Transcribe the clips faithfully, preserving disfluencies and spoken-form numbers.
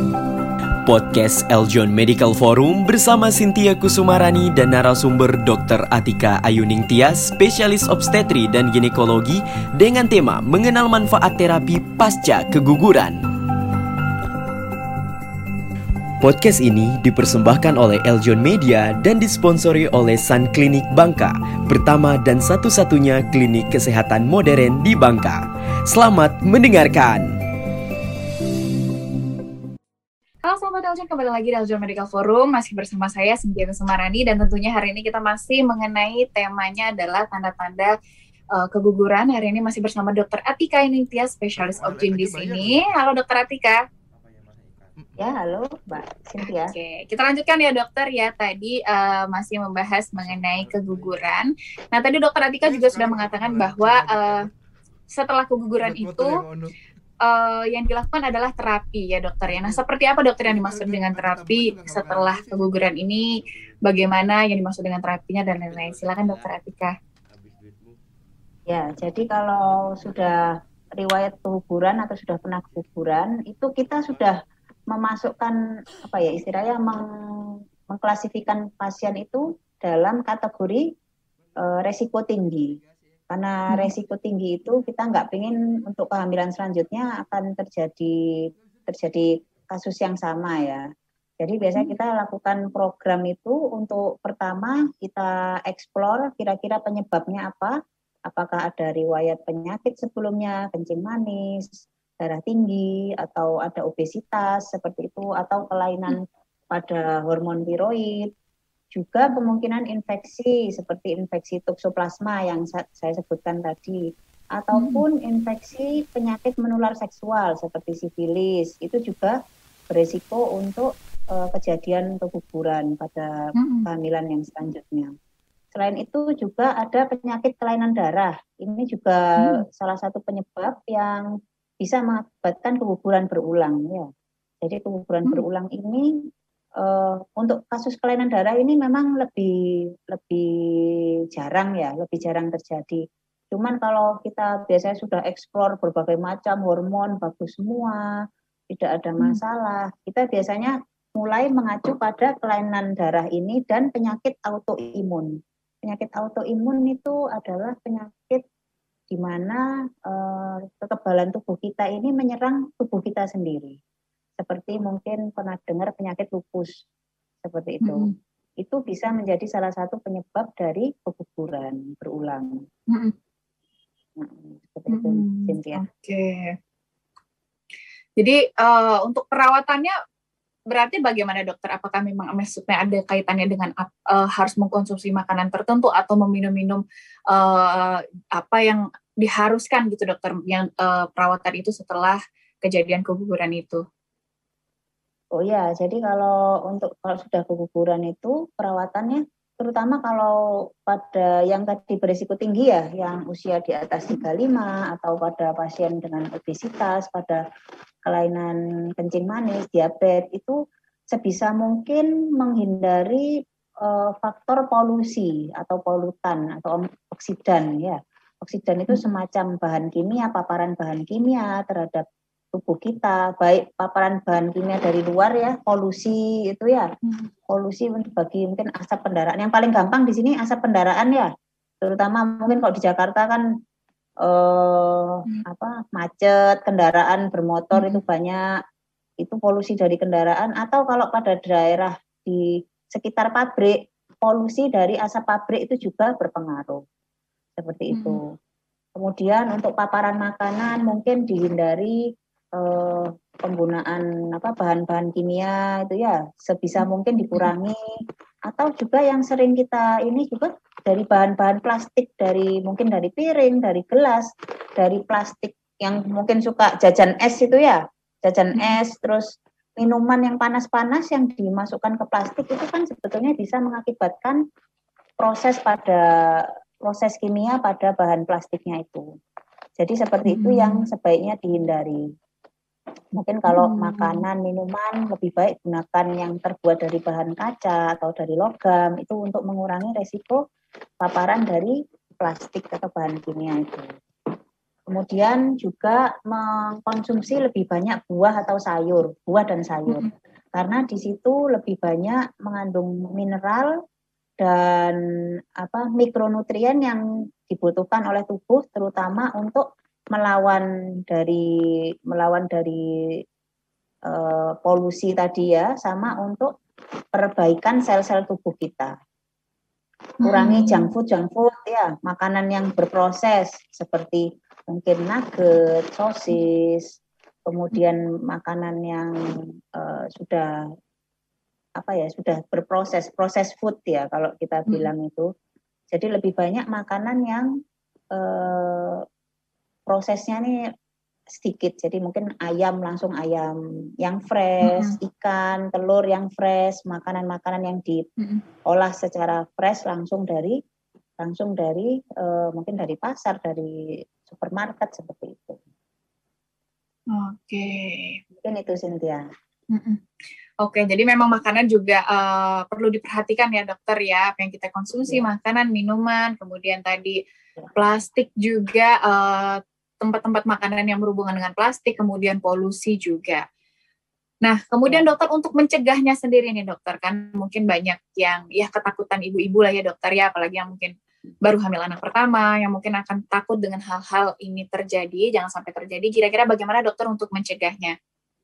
Podcast Eljon Medical Forum bersama Cynthia Kusumarani dan narasumber dokter Atika Ayuning Tias, spesialis obstetri dan ginekologi dengan tema mengenal manfaat terapi pasca keguguran. Podcast ini dipersembahkan oleh Eljon Media dan disponsori oleh Sun Klinik Bangka, pertama dan satu-satunya klinik kesehatan modern di Bangka. Selamat mendengarkan. Halo Sobat Eljon, kembali lagi di Eljon Medical Forum. Masih bersama saya Cynthia Kusumarani. Dan tentunya hari ini kita masih mengenai temanya adalah tanda-tanda uh, keguguran. Hari ini masih bersama dokter Atika Ayuning Tias, spesialis obgyn di sini. Halo dokter Atika. Ya, halo Mbak Cynthia. Oke, kita lanjutkan ya dokter ya. Tadi uh, masih membahas mengenai keguguran. Nah tadi dokter Atika juga sudah mengatakan bahwa uh, setelah keguguran itu Uh, yang dilakukan adalah terapi ya dokter ya. Nah seperti apa dokter yang dimaksud dengan terapi setelah keguguran ini? Bagaimana yang dimaksud dengan terapinya dan lain-lain? Silakan dokter Atika. Ya, jadi kalau sudah riwayat keguguran atau sudah pernah keguguran, itu kita sudah memasukkan apa ya istilahnya meng- mengklasifikasikan pasien itu dalam kategori uh, resiko tinggi. Karena resiko tinggi itu kita nggak pengen untuk kehamilan selanjutnya akan terjadi terjadi kasus yang sama ya. Jadi biasanya kita lakukan program itu untuk pertama kita explore kira-kira penyebabnya apa. Apakah ada riwayat penyakit sebelumnya, kencing manis, darah tinggi, atau ada obesitas seperti itu, atau kelainan pada hormon tiroid. Juga kemungkinan infeksi seperti infeksi toksoplasma yang saya sebutkan tadi, ataupun infeksi penyakit menular seksual seperti sifilis, itu juga beresiko untuk uh, kejadian keguguran pada kehamilan yang selanjutnya. Selain itu juga ada penyakit kelainan darah, ini juga hmm. salah satu penyebab yang bisa mengakibatkan keguguran berulang ya. Jadi keguguran hmm. berulang ini Uh, untuk kasus kelainan darah ini memang lebih lebih jarang ya, lebih jarang terjadi. Cuman kalau kita biasanya sudah eksplor berbagai macam hormon bagus semua, tidak ada masalah, kita biasanya mulai mengacu pada kelainan darah ini dan penyakit autoimun. Penyakit autoimun itu adalah penyakit di mana uh, kekebalan tubuh kita ini menyerang tubuh kita sendiri. Seperti mungkin pernah dengar penyakit lupus, seperti itu. Mm-hmm. Itu bisa menjadi salah satu penyebab dari keguguran berulang. Mm-hmm. Nah, seperti mm-hmm. itu, Cynthia. Oke. Okay. Jadi uh, untuk perawatannya berarti bagaimana dokter? Apakah memang maksudnya ada kaitannya dengan uh, harus mengkonsumsi makanan tertentu atau meminum-minum uh, apa yang diharuskan gitu dokter, yang uh, perawatan itu setelah kejadian keguguran itu? Oh ya, jadi kalau untuk kalau sudah keguguran itu perawatannya, terutama kalau pada yang tadi berisiko tinggi ya, yang usia di atas tiga puluh lima atau pada pasien dengan obesitas, pada kelainan kencing manis, diabetes, itu sebisa mungkin menghindari uh, faktor polusi atau polutan atau oksidan ya. Oksidan itu semacam bahan kimia, paparan bahan kimia terhadap tubuh kita, baik paparan bahan kimia dari luar ya, polusi itu ya, hmm. polusi bagi mungkin asap kendaraan. Yang paling gampang di sini asap kendaraan ya, terutama mungkin kalau di Jakarta kan eh, hmm. apa macet, kendaraan bermotor hmm. itu banyak, itu polusi dari kendaraan. Atau kalau pada daerah di sekitar pabrik, polusi dari asap pabrik itu juga berpengaruh, seperti hmm. itu. Kemudian untuk paparan makanan mungkin dihindari Uh, penggunaan apa bahan-bahan kimia itu ya sebisa mungkin dikurangi, atau juga yang sering kita ini juga dari bahan-bahan plastik, dari mungkin dari piring, dari gelas, dari plastik yang mungkin suka jajan es itu ya, jajan es, terus minuman yang panas-panas yang dimasukkan ke plastik itu kan sebetulnya bisa mengakibatkan proses pada proses kimia pada bahan plastiknya itu. Jadi seperti itu yang sebaiknya dihindari. Mungkin kalau hmm. makanan, minuman lebih baik gunakan yang terbuat dari bahan kaca atau dari logam, itu untuk mengurangi resiko paparan dari plastik atau bahan kimia itu. Kemudian juga mengkonsumsi lebih banyak buah atau sayur, buah dan sayur. Mm-hmm. Karena di situ lebih banyak mengandung mineral dan apa mikronutrien yang dibutuhkan oleh tubuh, terutama untuk melawan dari melawan dari uh, polusi tadi ya, sama untuk perbaikan sel-sel tubuh kita. Kurangi hmm. junk food, junk food ya, makanan yang berproses seperti mungkin nugget, sosis, kemudian makanan yang uh, sudah apa ya sudah berproses, proses food ya kalau kita hmm. bilang itu. Jadi lebih banyak makanan yang uh, prosesnya nih sedikit. Jadi mungkin ayam langsung ayam yang fresh, hmm. ikan, telur yang fresh, makanan-makanan yang diolah hmm. secara fresh langsung dari langsung dari uh, mungkin dari pasar, dari supermarket seperti itu. Oke. Mungkin itu Cynthia. Mm-mm. Oke, jadi memang makanan juga uh, perlu diperhatikan ya dokter ya, apa yang kita konsumsi, ya. Makanan, minuman, kemudian tadi ya. Plastik juga, uh, tempat-tempat makanan yang berhubungan dengan plastik, kemudian polusi juga. Nah, kemudian ya. Dokter untuk mencegahnya sendiri nih dokter, kan mungkin banyak yang ya ketakutan ibu-ibu lah ya dokter ya, apalagi yang mungkin baru hamil anak pertama, yang mungkin akan takut dengan hal-hal ini terjadi, jangan sampai terjadi. Kira-kira bagaimana dokter untuk mencegahnya?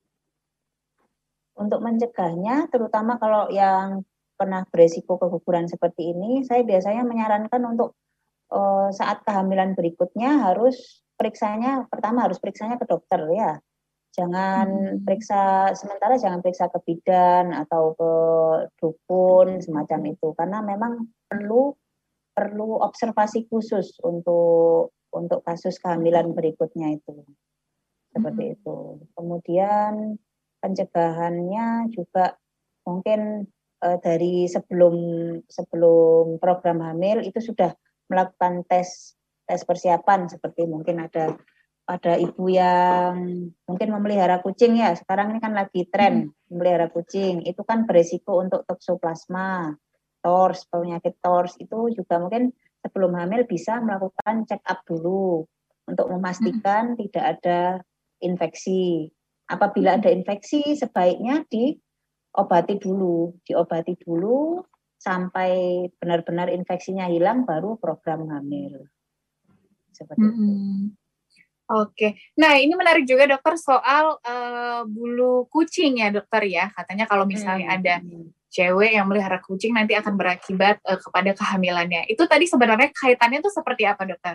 Untuk mencegahnya, terutama kalau yang pernah beresiko keguguran seperti ini, saya biasanya menyarankan untuk uh, saat kehamilan berikutnya harus periksanya, pertama harus periksanya ke dokter ya. Jangan hmm. periksa, sementara jangan periksa ke bidan atau ke dukun, semacam itu. Karena memang perlu perlu observasi khusus untuk untuk kasus kehamilan berikutnya itu. Seperti hmm. itu. Kemudian pencegahannya juga mungkin uh, dari sebelum sebelum program hamil itu sudah melakukan tes tes persiapan, seperti mungkin ada ada ibu yang mungkin memelihara kucing ya, sekarang ini kan lagi tren hmm. memelihara kucing, itu kan beresiko untuk toksoplasma, T O R S, penyakit T O R S itu juga mungkin sebelum hamil bisa melakukan check up dulu untuk memastikan hmm. tidak ada infeksi. Apabila ada infeksi, sebaiknya diobati dulu, diobati dulu sampai benar-benar infeksinya hilang, baru program hamil. Seperti hmm. itu. Oke, nah ini menarik juga dokter soal uh, bulu kucing ya dokter ya. Katanya kalau misalnya hmm. ada cewek yang melihara kucing nanti akan berakibat uh, kepada kehamilannya. Itu tadi sebenarnya kaitannya tuh seperti apa dokter?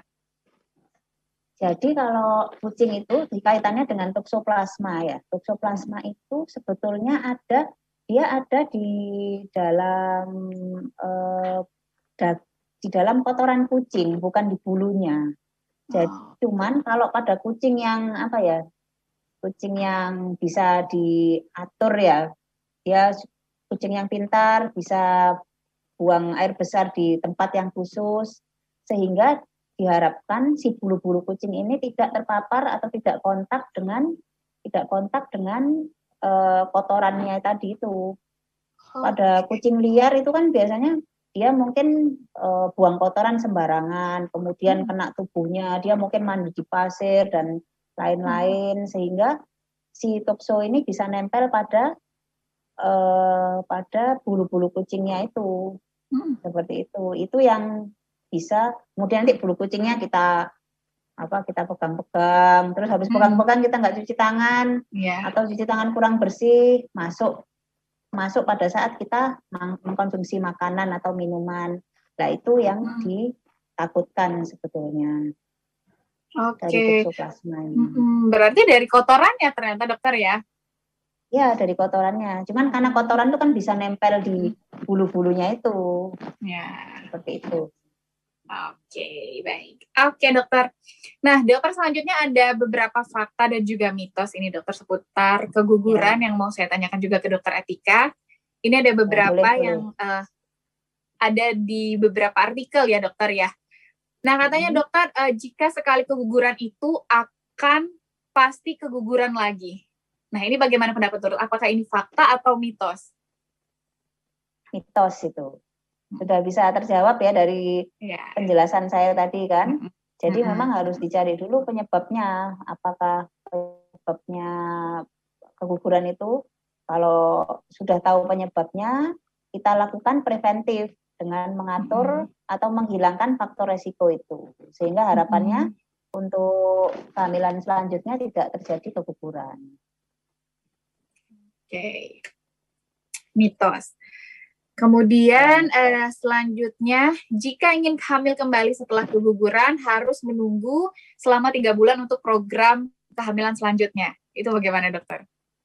Jadi kalau kucing itu dikaitannya dengan toksoplasma ya. Toksoplasma itu sebetulnya ada, dia ada di dalam eh, da, di dalam kotoran kucing, bukan di bulunya. Jadi oh. cuman kalau pada kucing yang apa ya, kucing yang bisa diatur ya, dia kucing yang pintar bisa buang air besar di tempat yang khusus, sehingga diharapkan si bulu-bulu kucing ini tidak terpapar atau tidak kontak dengan tidak kontak dengan uh, kotorannya tadi itu. Pada kucing liar itu kan biasanya dia mungkin uh, buang kotoran sembarangan, kemudian hmm. kena tubuhnya, dia mungkin mandi di pasir dan lain-lain, hmm. sehingga si tokso ini bisa nempel pada uh, pada bulu-bulu kucingnya itu. Hmm. Seperti itu. Itu yang bisa, kemudian nanti bulu kucingnya kita apa kita pegang-pegang, terus habis hmm. pegang-pegang kita nggak cuci tangan yeah. atau cuci tangan kurang bersih, masuk masuk pada saat kita mengkonsumsi makanan atau minuman. Nah itu yang hmm. ditakutkan sebetulnya. Oke. Dari toksoplasma ini. Hmm, berarti dari kotorannya ternyata dokter ya? Ya dari kotorannya. Cuman karena kotoran itu kan bisa nempel di bulu-bulunya itu. Ya. Seperti itu. Oke, baik. Oke, dokter. Nah, dokter selanjutnya ada beberapa fakta dan juga mitos ini, dokter, seputar keguguran ya. Yang mau saya tanyakan juga ke dokter Atika. Ini ada beberapa ya, boleh, yang boleh. Uh, ada di beberapa artikel ya, dokter ya. Nah, katanya hmm. dokter, uh, jika sekali keguguran itu akan pasti keguguran lagi. Nah, ini bagaimana pendapat dokter? Apakah ini fakta atau mitos? Mitos itu. Sudah bisa terjawab ya dari ya. penjelasan saya tadi kan. Jadi Mm-mm. memang harus dicari dulu penyebabnya, apakah penyebabnya keguguran itu. Kalau sudah tahu penyebabnya, kita lakukan preventif dengan mengatur Mm-mm. atau menghilangkan faktor resiko itu. Sehingga harapannya Mm-mm. untuk kehamilan selanjutnya tidak terjadi keguguran. Oke, okay. Mitos. Kemudian eh, selanjutnya, jika ingin hamil kembali setelah keguguran, harus menunggu selama tiga bulan untuk program kehamilan selanjutnya. Itu bagaimana, dokter?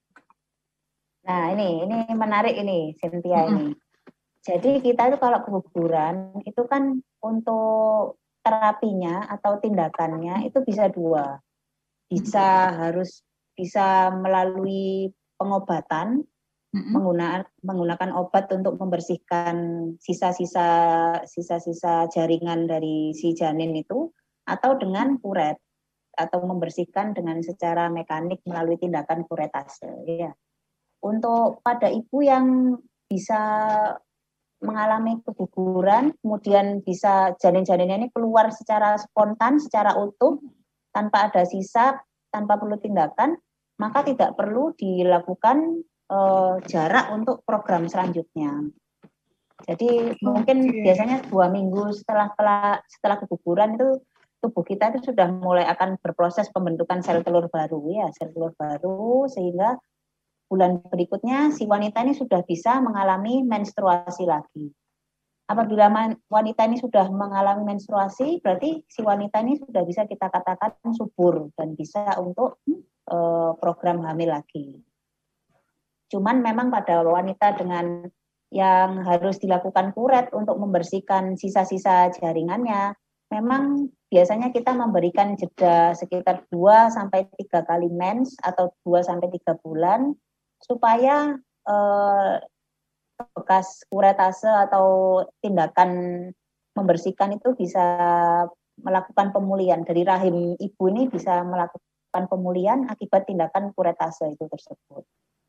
Nah, ini ini menarik ini, Cynthia Mm-mm. ini. Jadi kita itu kalau keguguran, itu kan untuk terapinya atau tindakannya itu bisa dua. Bisa harus bisa melalui pengobatan, Mm-mm. menggunakan menggunakan obat untuk membersihkan sisa-sisa sisa-sisa jaringan dari si janin itu, atau dengan kuret atau membersihkan dengan secara mekanik melalui tindakan kuretase. Ya. Untuk pada ibu yang bisa mengalami keguguran, kemudian bisa janin-janinnya ini keluar secara spontan, secara utuh, tanpa ada sisa, tanpa perlu tindakan, maka tidak perlu dilakukan eh, jarak untuk program selanjutnya. Jadi okay. Mungkin biasanya dua minggu setelah setelah keguguran itu tubuh kita itu sudah mulai akan berproses pembentukan sel telur baru ya, sel telur baru, sehingga bulan berikutnya si wanita ini sudah bisa mengalami menstruasi lagi. Apabila wanita ini sudah mengalami menstruasi, berarti si wanita ini sudah bisa kita katakan subur dan bisa untuk uh, program hamil lagi. Cuman memang pada wanita dengan yang harus dilakukan kuret untuk membersihkan sisa-sisa jaringannya, memang biasanya kita memberikan jeda sekitar dua sampai tiga kali mens atau dua sampai tiga bulan supaya eh, bekas kuretase atau tindakan membersihkan itu bisa melakukan pemulihan dari rahim ibu ini, bisa melakukan pemulihan akibat tindakan kuretase itu tersebut.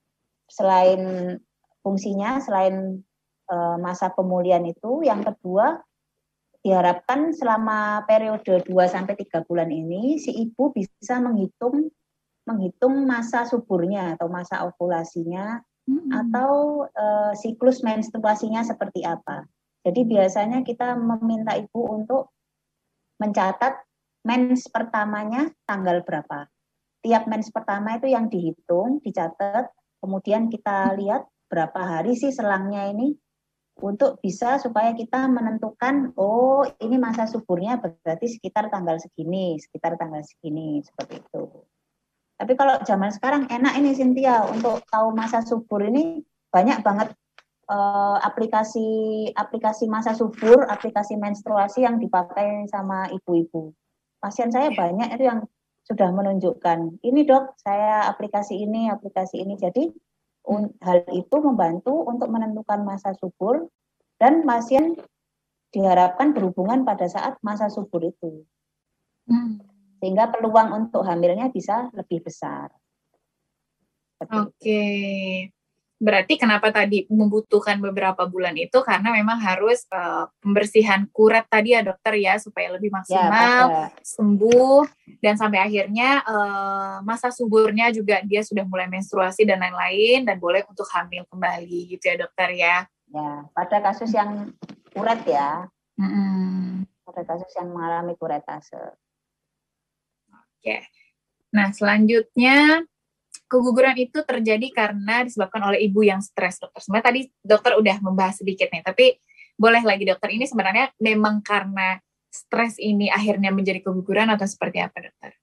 Selain fungsinya, selain eh, masa pemulihan itu, yang kedua diharapkan selama periode dua sampai tiga bulan ini si ibu bisa menghitung menghitung masa suburnya atau masa ovulasinya hmm. atau uh, siklus menstruasinya seperti apa. Jadi biasanya kita meminta ibu untuk mencatat mens pertamanya tanggal berapa. Tiap mens pertama itu yang dihitung, dicatat, kemudian kita lihat berapa hari sih selangnya ini untuk bisa supaya kita menentukan, oh ini masa suburnya berarti sekitar tanggal segini, sekitar tanggal segini, seperti itu. Tapi kalau zaman sekarang enak ini Cynthia, untuk tahu masa subur ini banyak banget eh, aplikasi aplikasi masa subur, aplikasi menstruasi yang dipakai sama ibu-ibu. Pasien saya banyak itu yang sudah menunjukkan, ini dok, saya aplikasi ini, aplikasi ini. Jadi un, hal itu membantu untuk menentukan masa subur dan pasien diharapkan berhubungan pada saat masa subur itu. Hmm. Sehingga peluang untuk hamilnya bisa lebih besar. Oke, okay. Berarti kenapa tadi membutuhkan beberapa bulan itu karena memang harus uh, pembersihan kuret tadi ya dokter ya supaya lebih maksimal, ya, sembuh dan sampai akhirnya uh, masa suburnya juga dia sudah mulai menstruasi dan lain-lain dan boleh untuk hamil kembali gitu ya dokter ya. Ya, pada kasus yang kuret ya, mm-hmm. pada kasus yang mengalami kuretase. Oke, nah selanjutnya keguguran itu terjadi karena disebabkan oleh ibu yang stres dokter. Sebenarnya tadi dokter udah membahas sedikit nih, tapi boleh lagi dokter, ini sebenarnya memang karena stres ini akhirnya menjadi keguguran atau seperti apa dokter?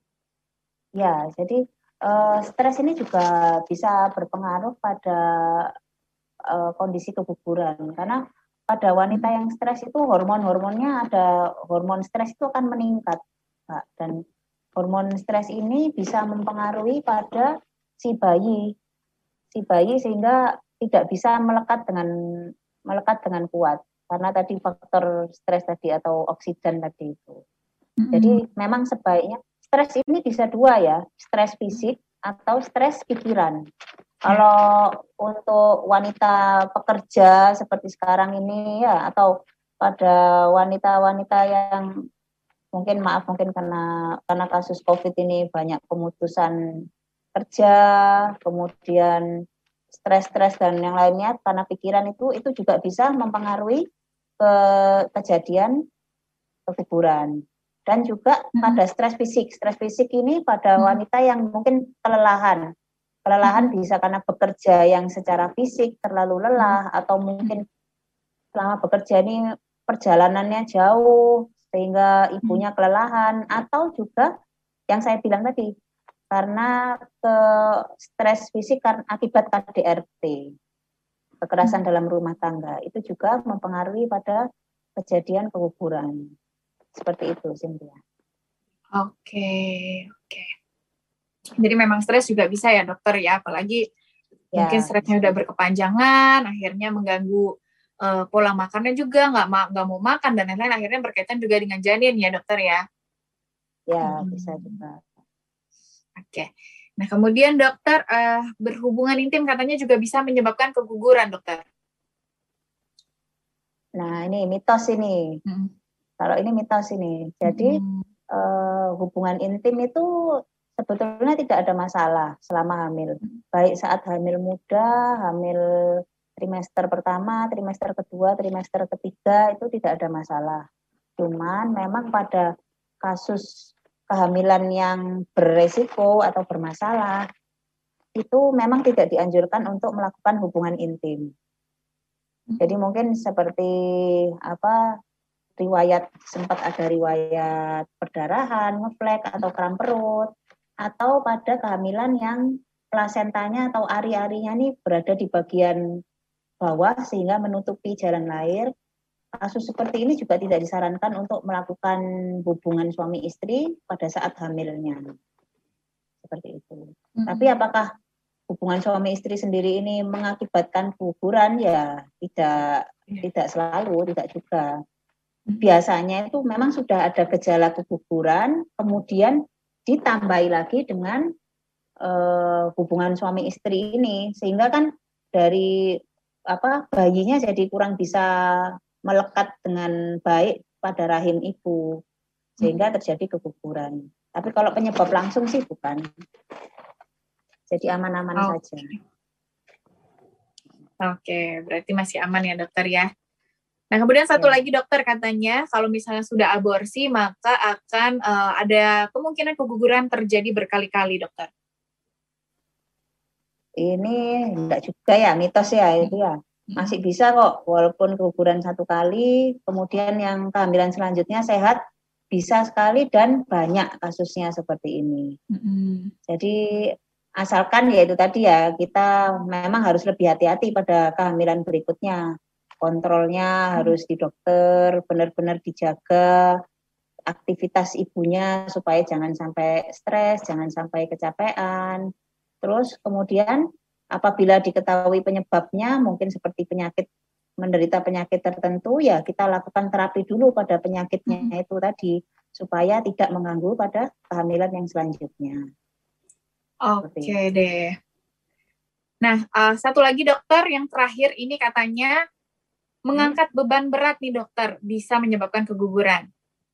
Ya, jadi uh, stres ini juga bisa berpengaruh pada uh, kondisi keguguran karena pada wanita yang stres itu hormon-hormonnya ada hormon stres itu akan meningkat, Pak, dan hormon stres ini bisa mempengaruhi pada si bayi, si bayi sehingga tidak bisa melekat dengan melekat dengan kuat karena tadi faktor stres tadi atau oksidan tadi itu. Mm-hmm. Jadi memang sebaiknya stres ini bisa dua ya, stres fisik atau stres pikiran. Kalau untuk wanita pekerja seperti sekarang ini ya, atau pada wanita-wanita yang mungkin maaf mungkin karena karena kasus COVID ini banyak pemutusan kerja, kemudian stres-stres dan yang lainnya karena pikiran itu itu juga bisa mempengaruhi ke kejadian keguguran. Dan juga pada stres fisik. Stres fisik ini pada wanita yang mungkin kelelahan. Kelelahan bisa karena bekerja yang secara fisik terlalu lelah, atau mungkin selama bekerja ini perjalanannya jauh sehingga ibunya kelelahan, atau juga yang saya bilang tadi karena ke stres fisik karena akibat K D R T, kekerasan dalam rumah tangga, itu juga mempengaruhi pada kejadian keguguran. Seperti itu, Cynthia. Oke, oke. Jadi memang stres juga bisa ya dokter ya, apalagi ya, mungkin stresnya udah berkepanjangan, akhirnya mengganggu uh, pola makannya juga, nggak ma- nggak mau makan dan lain-lain, akhirnya berkaitan juga dengan janin ya dokter ya. Ya, hmm. bisa juga. Oke. Nah kemudian dokter, uh, berhubungan intim katanya juga bisa menyebabkan keguguran dokter. Nah ini mitos ini. Hmm. Kalau ini mitos ini, jadi hmm. uh, hubungan intim itu sebetulnya tidak ada masalah selama hamil. Baik saat hamil muda, hamil trimester pertama, trimester kedua, trimester ketiga, itu tidak ada masalah. Cuman memang pada kasus kehamilan yang beresiko atau bermasalah, itu memang tidak dianjurkan untuk melakukan hubungan intim. Jadi mungkin seperti apa, riwayat sempat ada riwayat perdarahan, ngeflek atau kram perut, atau pada kehamilan yang plasentanya atau ari-arinya nih berada di bagian bawah sehingga menutupi jalan lahir. Kasus seperti ini juga tidak disarankan untuk melakukan hubungan suami istri pada saat hamilnya. Seperti itu. Hmm. Tapi apakah hubungan suami istri sendiri ini mengakibatkan keguguran? Ya tidak, hmm. tidak selalu, tidak juga. Biasanya itu memang sudah ada gejala keguguran, kemudian ditambahi lagi dengan uh, hubungan suami istri ini, sehingga kan dari apa bayinya jadi kurang bisa melekat dengan baik pada rahim ibu, sehingga terjadi keguguran. Tapi kalau penyebab langsung sih bukan, jadi aman-aman oh. saja. Oke, berarti masih aman ya dokter ya. Nah, kemudian satu ya. lagi dokter katanya kalau misalnya sudah aborsi maka akan uh, ada kemungkinan keguguran terjadi berkali-kali, dokter. Ini enggak juga ya, mitos ya itu ya. Masih bisa kok walaupun keguguran satu kali, kemudian yang kehamilan selanjutnya sehat bisa sekali dan banyak kasusnya seperti ini. Mm-hmm. Jadi asalkan ya itu tadi ya, kita memang harus lebih hati-hati pada kehamilan berikutnya. Kontrolnya harus di dokter, benar-benar dijaga aktivitas ibunya supaya jangan sampai stres, jangan sampai kecapean. Terus kemudian apabila diketahui penyebabnya, mungkin seperti penyakit, menderita penyakit tertentu, ya kita lakukan terapi dulu pada penyakitnya hmm. itu tadi, supaya tidak mengganggu pada kehamilan yang selanjutnya. Oke okay deh. Nah, uh, satu lagi dokter, yang terakhir ini katanya, mengangkat beban berat nih dokter, bisa menyebabkan keguguran.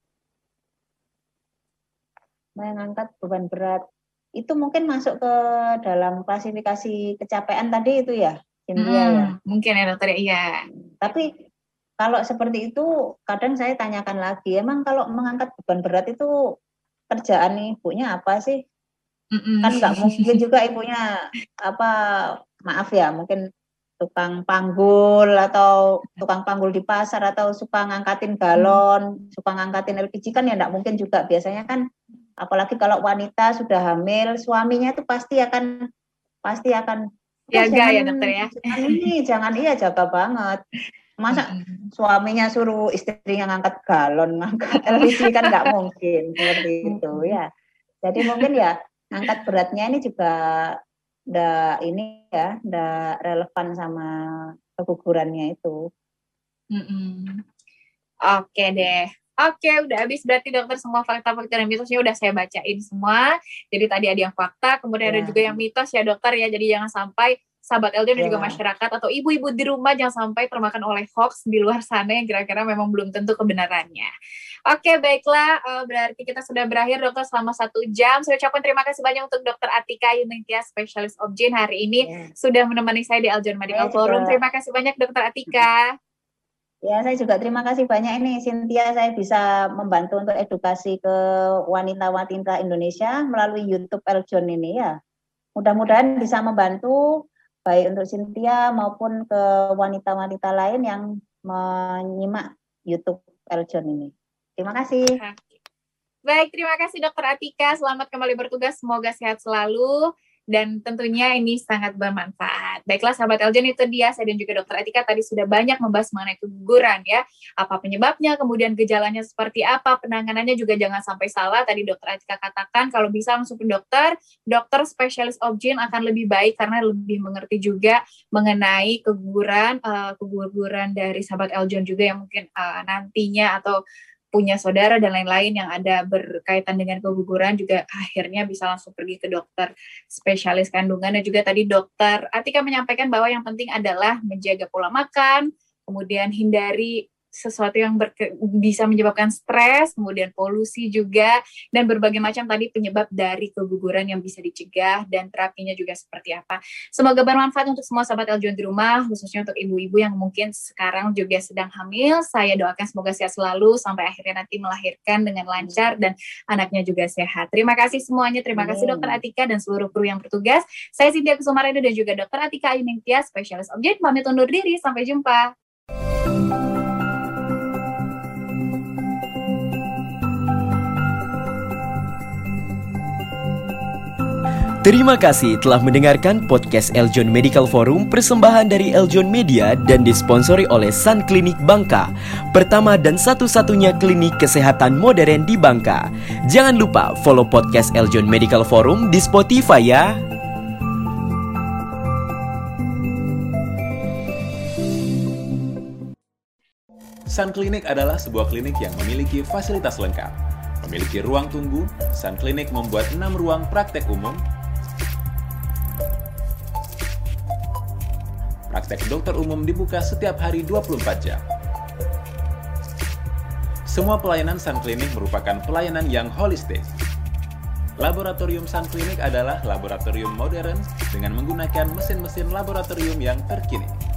Mengangkat beban berat, itu mungkin masuk ke dalam klasifikasi kecapean tadi itu ya, Cynthia hmm, ya? Mungkin ya dokter, iya. Tapi kalau seperti itu, kadang saya tanyakan lagi, emang kalau mengangkat beban berat itu kerjaan ibunya apa sih? Mm-mm. Kan nggak mungkin juga ibunya, apa, maaf ya, mungkin tukang panggul atau tukang panggul di pasar atau suka ngangkatin galon, suka ngangkatin L P G kan ya enggak mungkin juga. Biasanya kan apalagi kalau wanita sudah hamil, suaminya itu pasti akan pasti akan jaga ya dokter ya. Jangan ini, jangan iya jaga banget. Masa mm-hmm. suaminya suruh istrinya ngangkat galon, ngangkat L P G kan enggak mungkin seperti itu ya. Jadi mungkin ya angkat beratnya ini juga ndak ini ya, ndak relevan sama kegugurannya itu. Mm-mm. Oke deh. Oke, udah habis berarti dokter semua fakta-fakta dan mitosnya udah saya bacain semua. Jadi tadi ada yang fakta, kemudian ya. Ada juga yang mitos ya dokter ya. Jadi jangan sampai sahabat L D dan ya. Juga masyarakat atau ibu-ibu di rumah jangan sampai termakan oleh hoax di luar sana yang kira-kira memang belum tentu kebenarannya. Oke, baiklah. Uh, berarti kita sudah berakhir, dokter, selama satu jam. Saya ucapkan terima kasih banyak untuk dokter Atika Yuningtyas, spesialis obgyn hari ini yeah. sudah menemani saya di Eljon Medical yeah, Forum. Juga. Terima kasih banyak, dokter Atika. Ya, saya juga terima kasih banyak ini, Cynthia. Saya bisa membantu untuk edukasi ke wanita-wanita Indonesia melalui YouTube Eljon ini ya. Mudah-mudahan bisa membantu baik untuk Cynthia maupun ke wanita-wanita lain yang menyimak YouTube Eljon ini. Terima kasih. Baik, terima kasih dokter Atika. Selamat kembali bertugas. Semoga sehat selalu. Dan tentunya ini sangat bermanfaat. Baiklah sahabat Eljon, itu dia saya dan juga dokter Atika tadi sudah banyak membahas mengenai keguguran ya. Apa penyebabnya, kemudian gejalanya seperti apa, penanganannya juga jangan sampai salah. Tadi dokter Atika katakan kalau bisa langsung ke dokter, dokter spesialis obgyn akan lebih baik karena lebih mengerti juga mengenai keguguran, uh, keguguran dari sahabat Eljon juga yang mungkin uh, nantinya atau punya saudara dan lain-lain yang ada berkaitan dengan keguguran juga akhirnya bisa langsung pergi ke dokter spesialis kandungan. Dan juga tadi dokter Atika menyampaikan bahwa yang penting adalah menjaga pola makan, kemudian hindari sesuatu yang berke- bisa menyebabkan stres, kemudian polusi juga, dan berbagai macam tadi penyebab dari keguguran yang bisa dicegah dan terapinya juga seperti apa. Semoga bermanfaat untuk semua sahabat Eljon di rumah, khususnya untuk ibu-ibu yang mungkin sekarang juga sedang hamil. Saya doakan semoga sehat selalu sampai akhirnya nanti melahirkan dengan lancar dan anaknya juga sehat. Terima kasih semuanya, terima kasih dokter Atika dan seluruh kru yang bertugas. Saya Cynthia Kusumareda dan juga dokter Atika Yuningtyas, spesialis obgyn, pamit undur diri, sampai jumpa. Terima kasih telah mendengarkan podcast Eljon Medical Forum, persembahan dari Eljon Media dan disponsori oleh Sun Klinik Bangka, pertama dan satu-satunya klinik kesehatan modern di Bangka. Jangan lupa follow podcast Eljon Medical Forum di Spotify ya. Sun Klinik adalah sebuah klinik yang memiliki fasilitas lengkap. Memiliki ruang tunggu, Sun Klinik membuat enam ruang praktek umum, praktek dokter umum dibuka setiap hari dua puluh empat jam. Semua pelayanan Sun Klinik merupakan pelayanan yang holistik. Laboratorium Sun Klinik adalah laboratorium modern dengan menggunakan mesin-mesin laboratorium yang terkini.